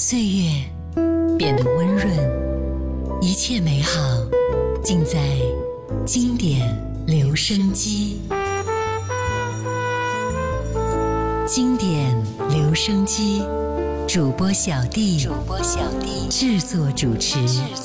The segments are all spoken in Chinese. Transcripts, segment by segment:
岁月变得温润，一切美好尽在经典留声机。经典留声机，主播小弟制作主持。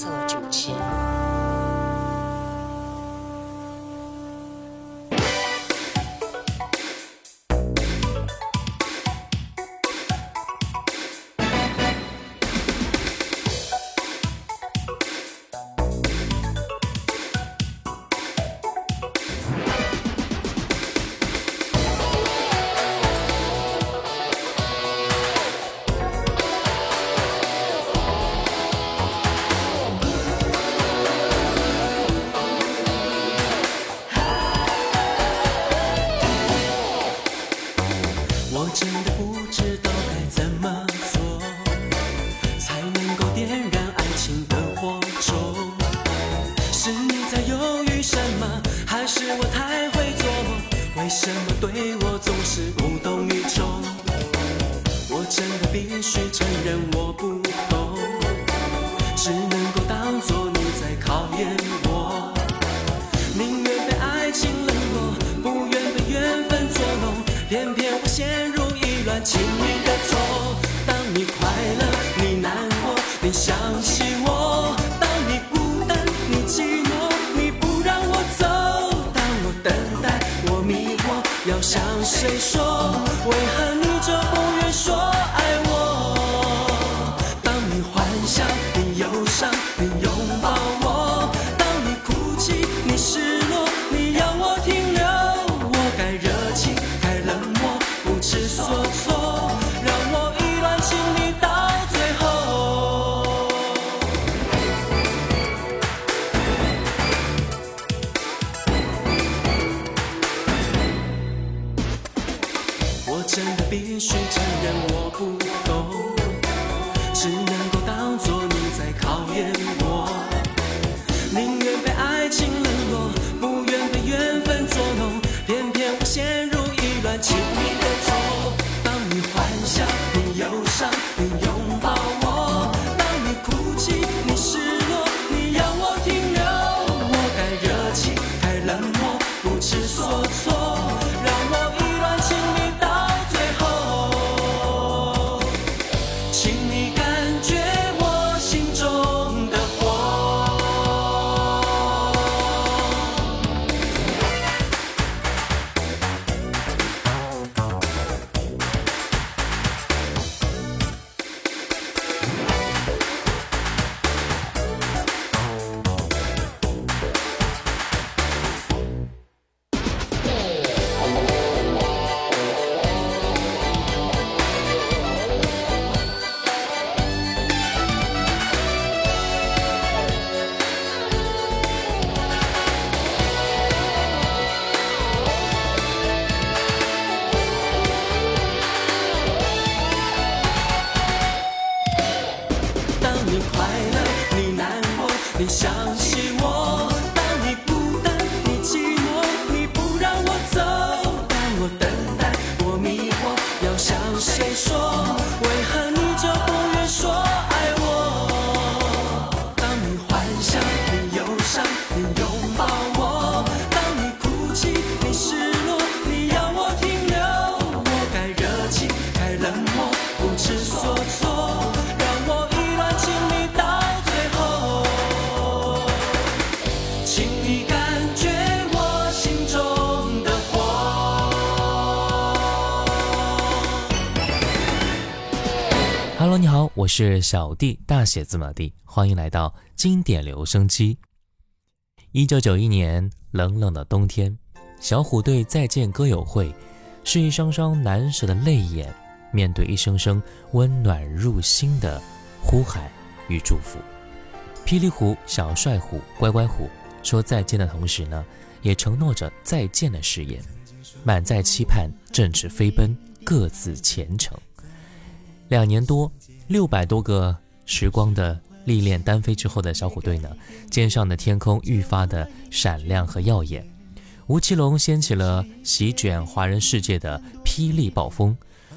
Hello， 你好，我是小弟，大写字母弟，欢迎来到经典留声机。1991年，冷冷的冬天，小虎队再见歌友会，是一双双难舍的泪眼，面对一声声温暖入心的呼喊与祝福。霹雳虎、小帅虎、乖乖虎说再见的同时呢，也承诺着再见的誓言，满载期盼，振翅飞奔，各自前程。2年多，600多个时光的历练单飞之后的小虎队呢，肩上的天空愈发的闪亮和耀眼。吴奇隆掀起了席卷华人世界的霹雳暴风，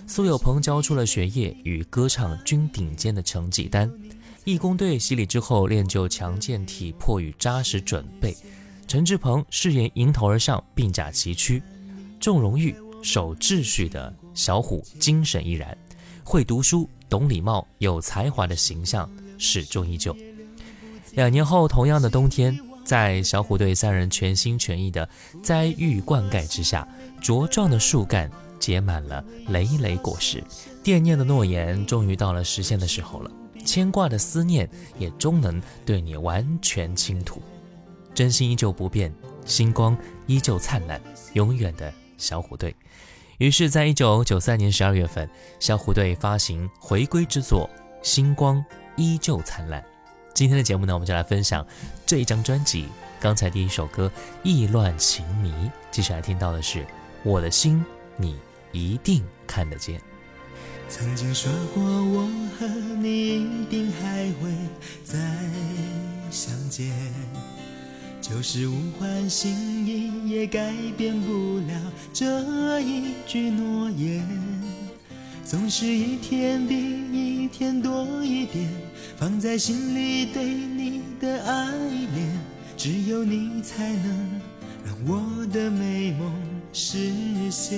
苏有朋交出了学业与歌唱均顶尖的成绩单。义工队洗礼之后，练就强健体魄与扎实准备。陈志朋饰演迎头而上、并驾齐驱、重荣誉、守秩序的小虎，精神依然，会读书、懂礼貌、有才华的形象始终依旧。2年后，同样的冬天，在小虎队3人全心全意的栽育灌溉之下，茁壮的树干结满了累累果实。惦念的诺言终于到了实现的时候了，牵挂的思念也终能对你完全倾吐。真心依旧不变，星光依旧灿烂，永远的小虎队。于是在1993年12月份，小虎队发行回归之作《星光依旧灿烂》。今天的节目呢，我们就来分享这一张专辑。刚才第一首歌《意乱情迷》，接下来听到的是《我的心你一定看得见》。 曾经说过我和你一定还会再相见，就是无关心意也改变不了这一句诺言，总是一天比一天多一点，放在心里对你的爱恋，只有你才能让我的美梦实现。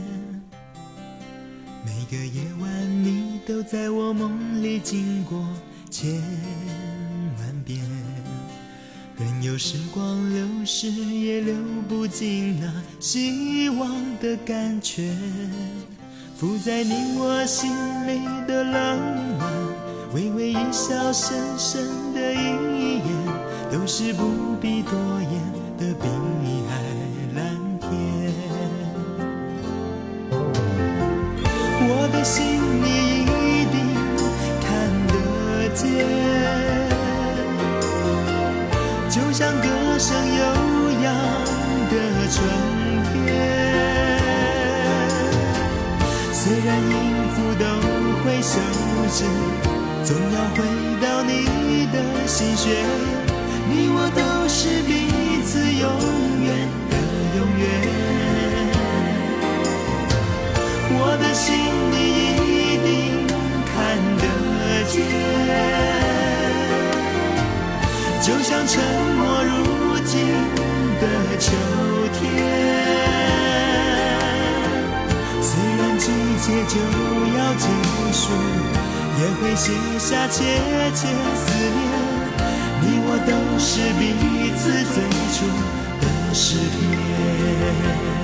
每个夜晚你都在我梦里经过千万遍，任由时光流逝也流不尽那希望的感觉，附在你我心里的冷暖，微微一笑深深的一眼，都是不必多言的碧海蓝天。我的心你一定看得见，就像歌声悠扬的春天，虽然音符都会休止，总要回到你的心弦，你我都是彼此永远的永远。我的心你一定看得见，就像沉默如今的秋天，虽然季节就要结束，也会写下切切思念，你我都是彼此最初的诗篇。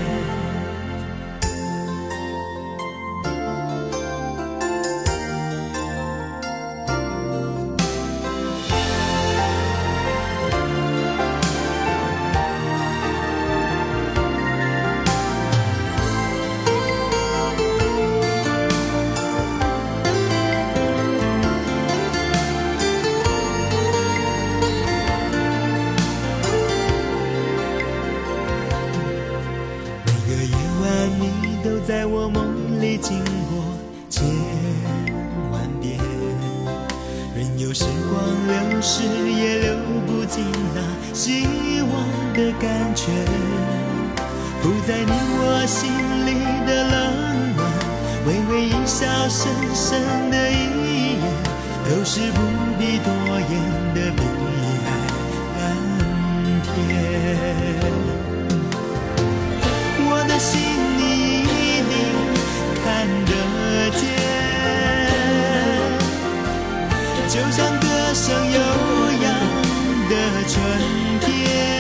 在我梦里经过千万遍，任由时光流逝也流不尽那希望的感觉，附在你我心里的冷暖，微微一笑深深的一眼，都是不必多言的碧海蓝天。我的心你看得见，就像歌声悠扬的春天，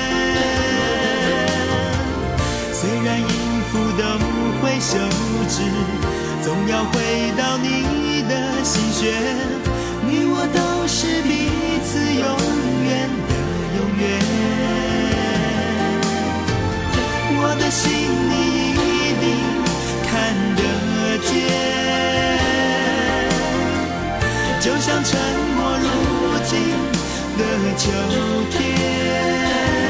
虽然音符都会休止，总要回到你的心弦，你我都是彼此永远的永远。我的心你一定看得见，就像沉默如今的秋天，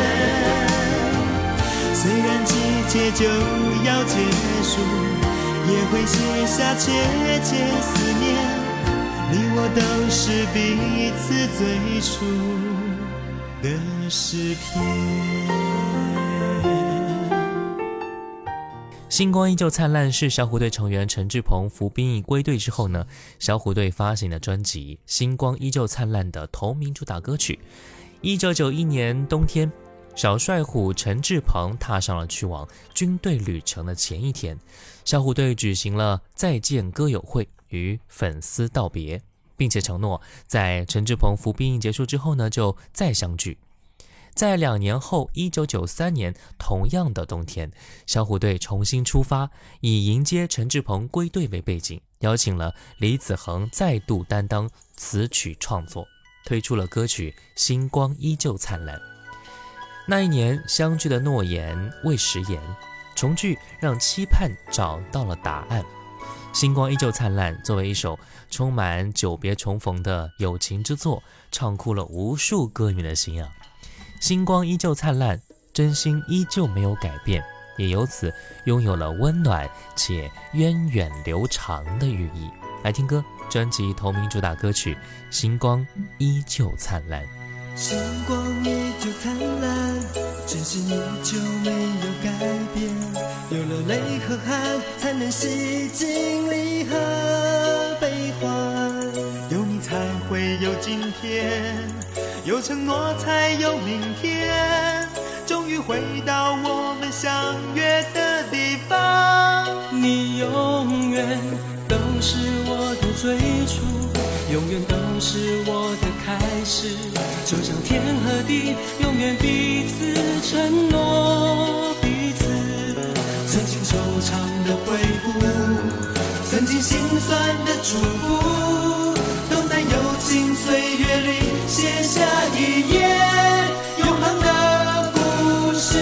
虽然季节就要结束，也会写下切切思念，你我都是彼此最初的诗篇。 星光依旧灿烂是小虎队成员陈志朋服兵役归队之后呢，小虎队发行的专辑《星光依旧灿烂》的同名主打歌曲。1991年冬天，小帅虎陈志朋踏上了去往军队旅程的前一天，小虎队举行了再见歌友会与粉丝道别，并且承诺在陈志朋服兵役结束之后呢，就再相聚。在2年后1993年同样的冬天，小虎队重新出发，以迎接陈志朋归队为背景，邀请了李子恒再度担当词曲创作，推出了歌曲《星光依旧灿烂》。那一年相聚的诺言未食言，重聚让期盼找到了答案。星光依旧灿烂作为一首充满久别重逢的友情之作，唱哭了无数歌迷的心啊。星光依旧灿烂，真心依旧没有改变，也由此拥有了温暖且源远流长的寓意。来听歌，专辑同名主打歌曲《星光依旧灿烂》。 星光依旧灿烂，真心依旧没有改变，有了泪和汗才能洗净离合悲欢，有你才会有今天，有承诺才有明天，终于回到我们相约的地方。 你永远都是我的最初，永远都是我的开始，就像天和地永远彼此承诺彼此，曾经惆怅的回顾，曾经心酸的祝福，都在友情岁月里写下一页永恒的故事。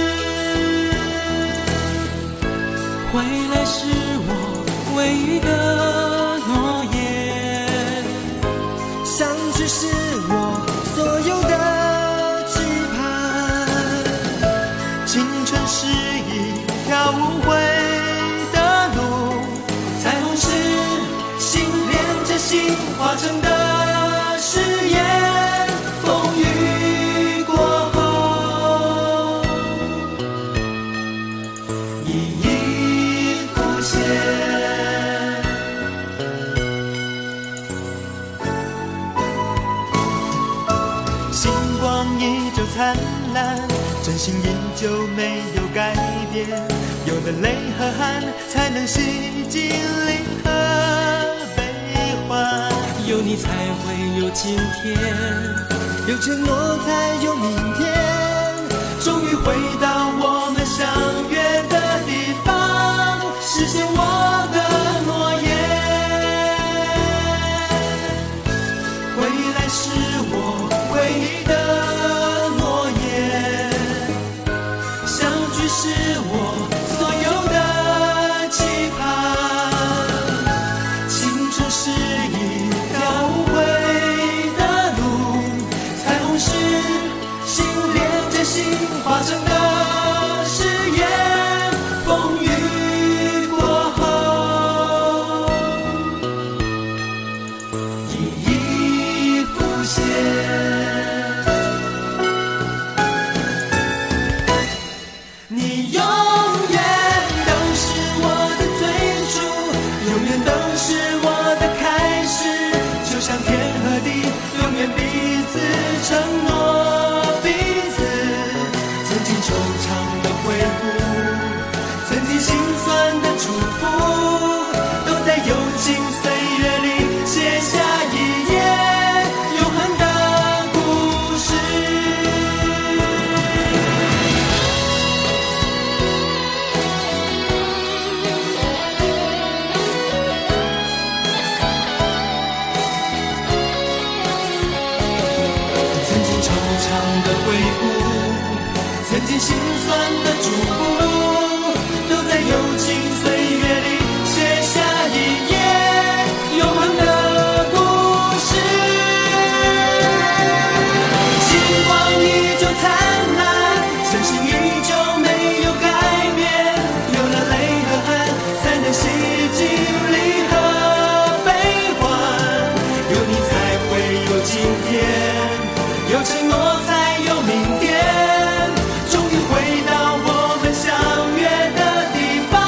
回来是我唯一的诺言， 相聚是我所有的期盼，青春是一条无悔的路， 彩虹是心连着心化成的誓言，风雨过后一一浮现。 星光依旧灿烂，真心依旧没有改变，有了泪和汗才能洗净离合悲欢， 有你才会有今天， 有承诺才有明天， 终于回到我们相约的地方，实现我的诺言。回来是我唯一的诺言，相聚是我所有的期盼，青春是一条无悔的路，彩虹是心连着心化成的誓言，风雨过后一一浮现。你永远都是我的最初，永远都是我的开始，就像天和地永远彼此承诺彼此，曾经惆怅的回顾，曾经心酸的祝福，都在友情岁月里写下一页永恒的故事。曾经惆怅的回顾，曾经心酸的祝福，都在友情岁月里写下一页永恒的故事。星光依旧灿烂，真心依旧没有改变，有了泪和汗才能洗净离合悲欢，有你才会有今天，有承诺才有明天，终于回到我们相约的地方。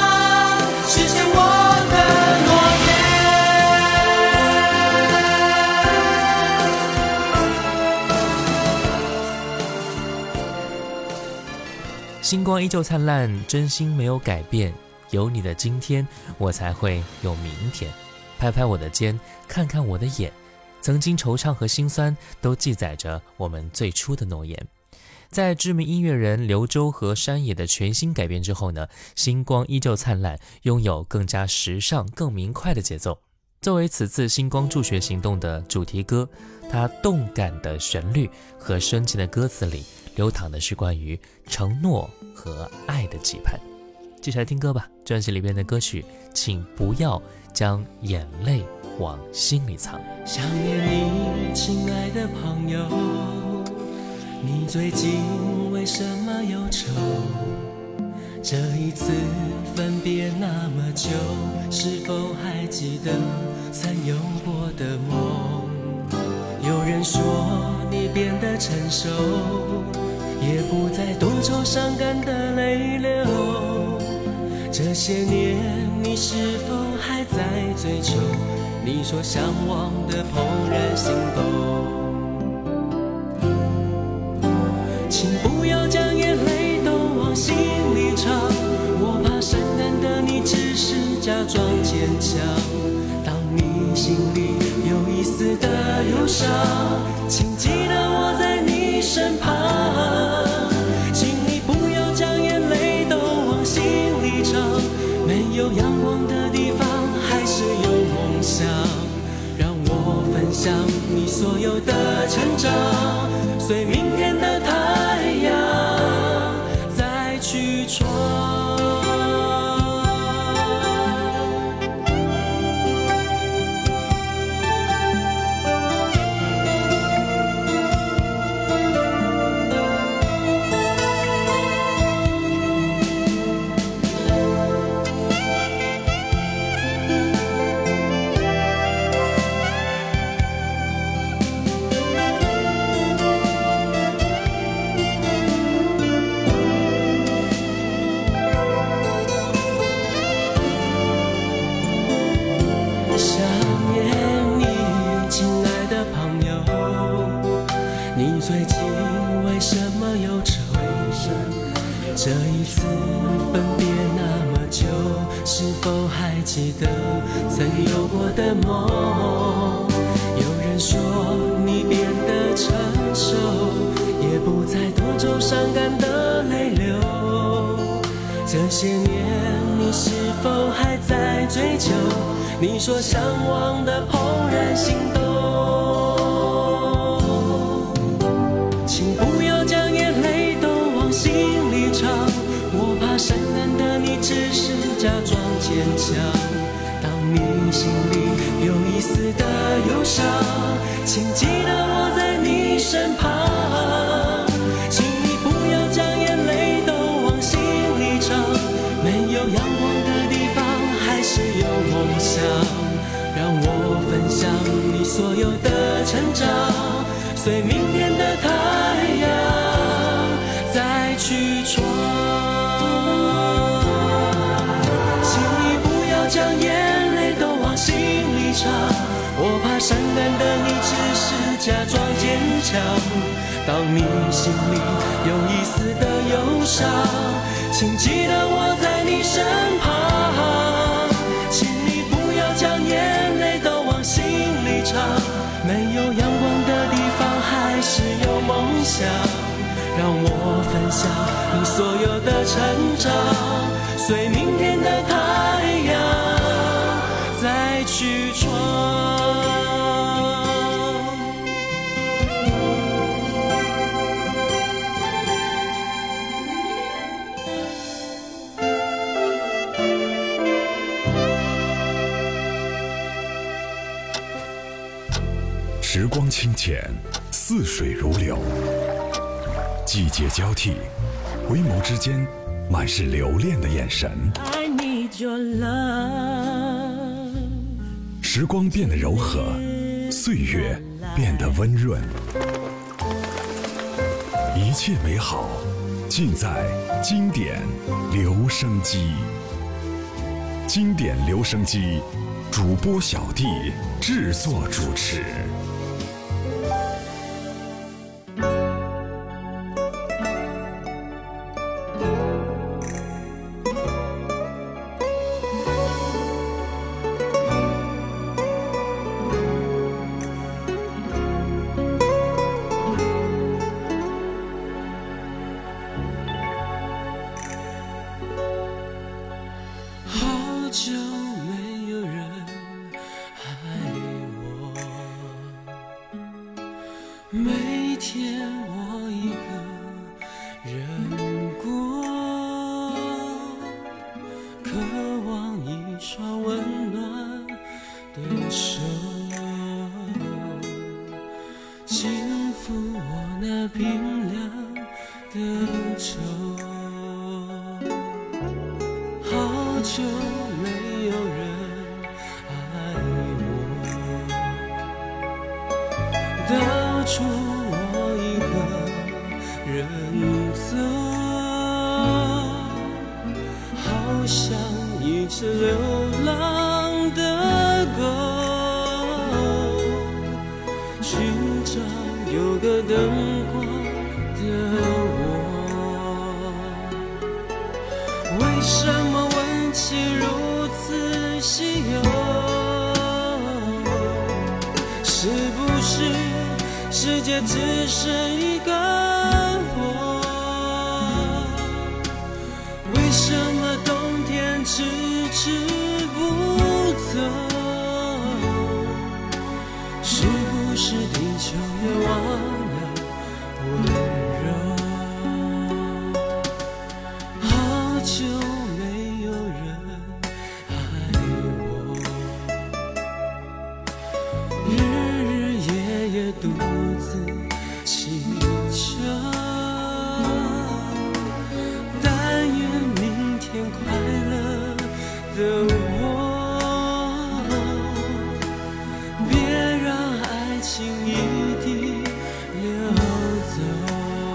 星光依旧灿烂，真心没有改变，有你的今天，我才会有明天。拍拍我的肩，看看我的眼，曾经惆怅和心酸都记载着我们最初的诺言。在知名音乐人刘洲和山野的全新改编之后呢，星光依旧灿烂拥有更加时尚更明快的节奏。作为此次星光助学行动的主题歌，它动感的旋律和深情的歌词里流淌的是关于承诺和爱的期盼。继续来听歌吧，专辑里边的歌曲请不要将眼泪往心里藏。 想念你亲爱的朋友，你最近为什么忧愁？这一次分别那么久，是否还记得曾有过的梦？有人说你变得成熟，也不再多愁善感的泪流。这些年你是否还在追求你所向往的怦然心动？请不要将眼泪都往心里藏，我怕伤感的你只是假装坚强。当你心里有一丝的忧伤，请记得我在你身旁。请你不要将眼泪都往心里藏，没有阳光的地方还是有梦想。让我分享你所有的成长，随明天的太阳再去闯。这一次分别那么久，是否还记得曾有过的梦？有人说你变得成熟，也不再多愁善感的泪流。这些年你是否还在追求你所向往的怦然心动？请不要将眼泪都往心里藏，我怕伤感的你只是假装坚强。当你心里有一丝的忧伤，请记得我在你身旁。请你不要将眼泪都往心里藏，没有阳光的地方还是有梦想。让我分享你所有的成长，随明天的太阳再去闯。请你不要将眼泪都往心里藏，我怕伤感的你只是假装坚强。当你心里有一丝的忧伤，请记得我在你身旁。请你不要将眼泪都往心里藏，没有阳光的地方还是有梦想。让我分享你所有的成长，随明天的太阳再去闯。 时光清浅，似水如流，季节交替，回眸之间满是留恋的眼神。 I need your love。 时光变得柔和，岁月变得温润，一切美好尽在经典留声机。经典留声机，主播小弟制作主持。 每天我一个人过，渴望一双温暖的手，轻抚我那冰凉的手。好久没有人爱我，到处我一个人走，好像一只流浪的狗，寻找有个灯光的我。为什么温情如此稀有？是不是世界只剩一个我？为什么冬天迟迟不走？是不是地球也忘了温柔？好久没有人爱我，日日夜夜独自祈求，但愿明天快乐的我，别让爱情一滴流走。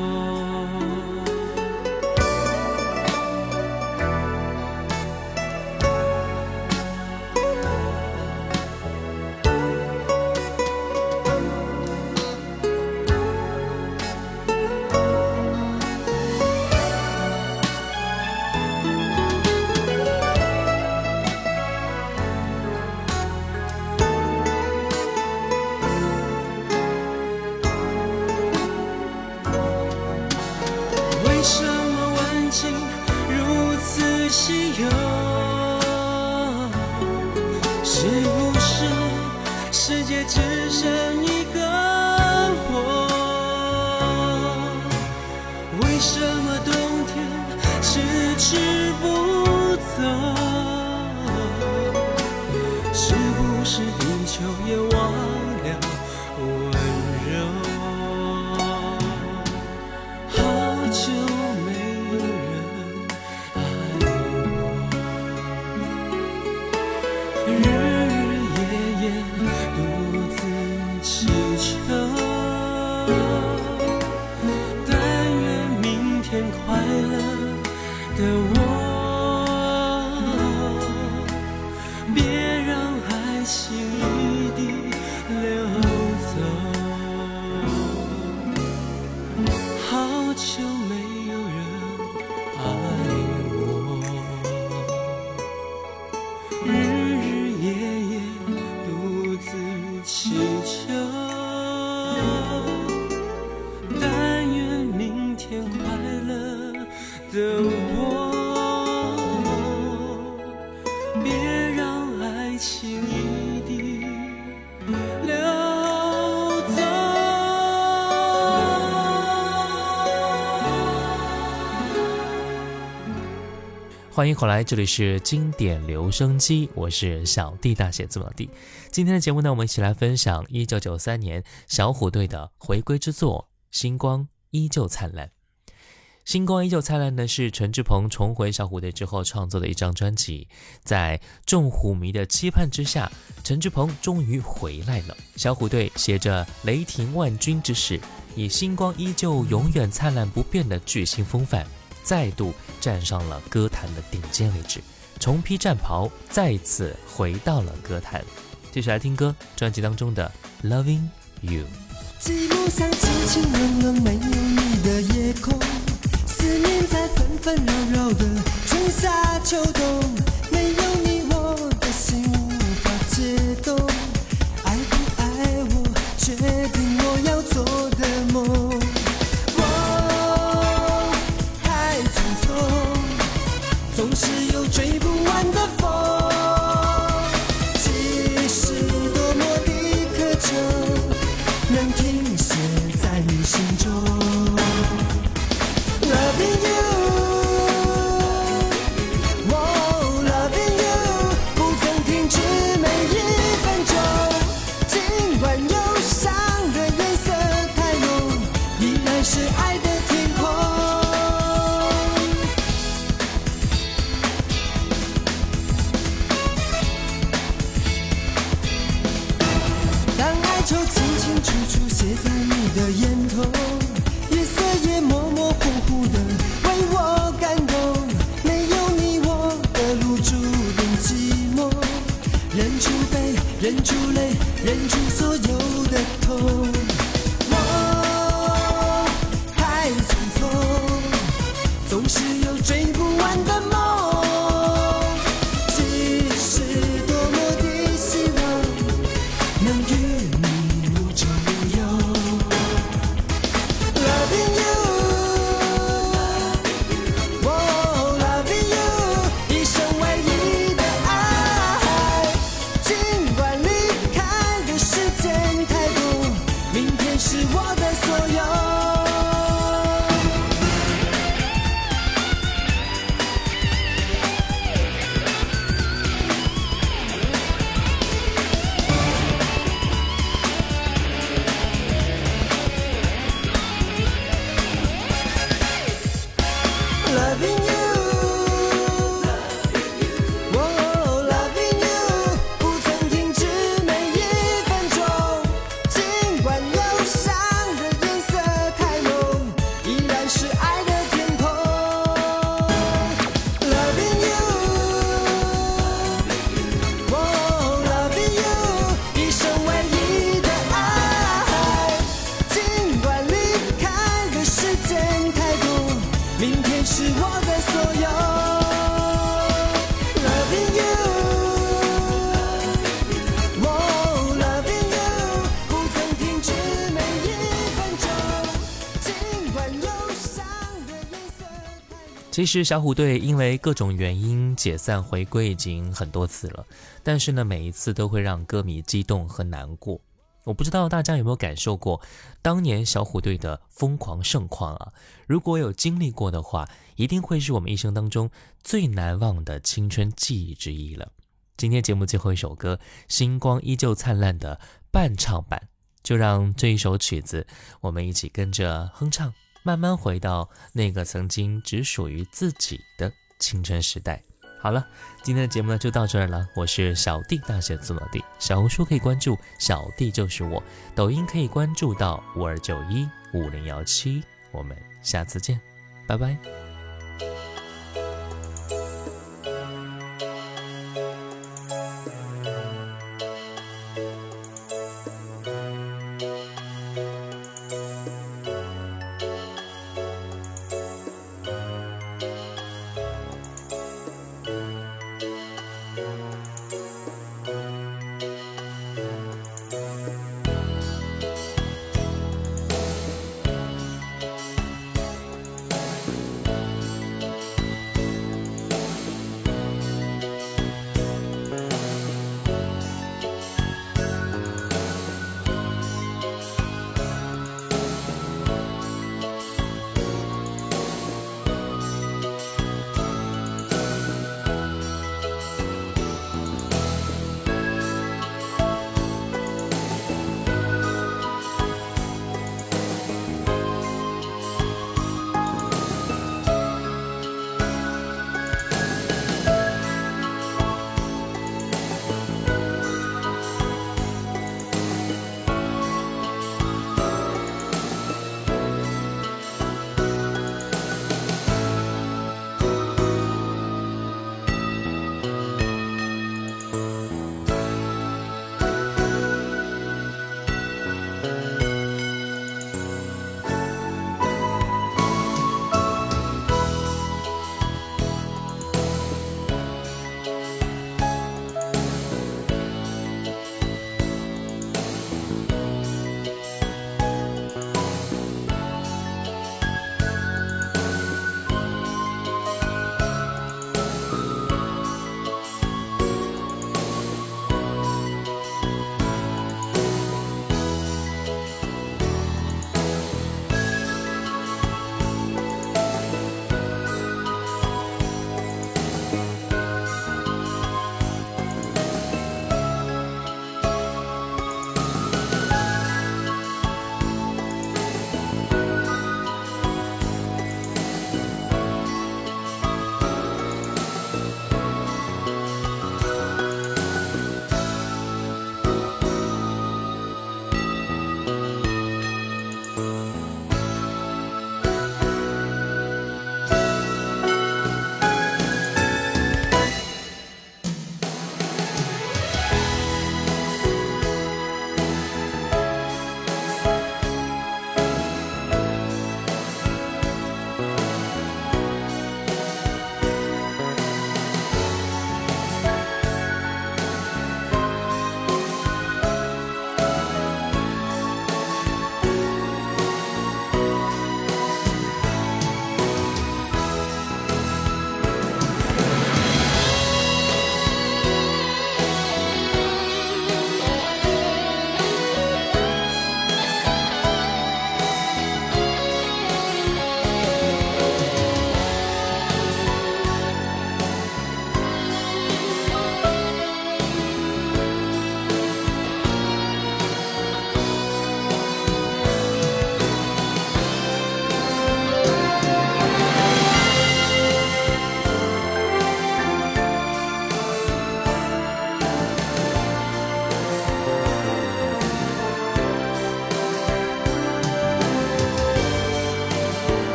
为什么温情如此稀有？是不是世界只剩一个我？为什么冬天迟迟不走？是不是地球也忘了温柔？好久没有人爱我，日日夜夜独自祈求，但愿明天快乐的我，别让爱情一滴流走。好久没有人爱我，日日夜夜独自祈求，但愿明天快乐的我，别让爱情一滴流走。 欢迎回来，这里是经典留声机，我是小弟大写字母弟。今天的节目呢，我们一起来分享1993年小虎队的回归之作《星光依旧灿烂》。星光依旧灿烂呢，是陈志朋重回小虎队之后创作的一张专辑。在众虎迷的期盼之下，陈志朋终于回来了。小虎队携着雷霆万钧之势，以星光依旧永远灿烂不变的巨星风范，再度站上了歌坛的顶尖位置，重披战袍，再次回到了歌坛。继续来听歌，专辑当中的 Loving You。 寂寞像轻轻冷冷没有你的夜空，思念在纷纷扰扰的春夏秋冬，没有你我的心无法解冻，爱不爱我决定我要做的梦。我太匆匆，总是有追不完的风，即使多么的渴求，能停歇处处写在你的眼头，月色也模模糊糊的为我感动。没有你，我的路注定寂寞。忍住悲，忍住泪，忍住所有的痛。我太匆匆，总是有追不完的梦。即使多么的希望能与你无忧无忧。Loving you， oh loving you， 一生唯一的爱。尽管离开的时间太多，明天是我的所有。Loving you， oh loving you， 不曾停止每一分钟。尽管忧伤的颜色太浓，依然是爱的天空。Loving you， oh loving you， 一生唯一的爱。尽管离开的时间太多，明天是我的所有。Loving you， oh loving you， 不曾停止每一分钟。尽管忧伤的颜色太浓。 其实小虎队因为各种原因解散回归已经很多次了，但是呢，每一次都会让歌迷激动和难过。我不知道大家有没有感受过当年小虎队的疯狂盛况啊？如果有经历过的话，一定会是我们一生当中最难忘的青春记忆之一了。今天节目最后一首歌，星光依旧灿烂的伴唱版，就让这一首曲子我们一起跟着哼唱，慢慢回到那个曾经只属于自己的青春时代。好了，今天的节目呢就到这儿了。我是小弟，大写字母弟。小红书可以关注小弟就是我，抖音可以关注到52915017。我们下次见，拜拜。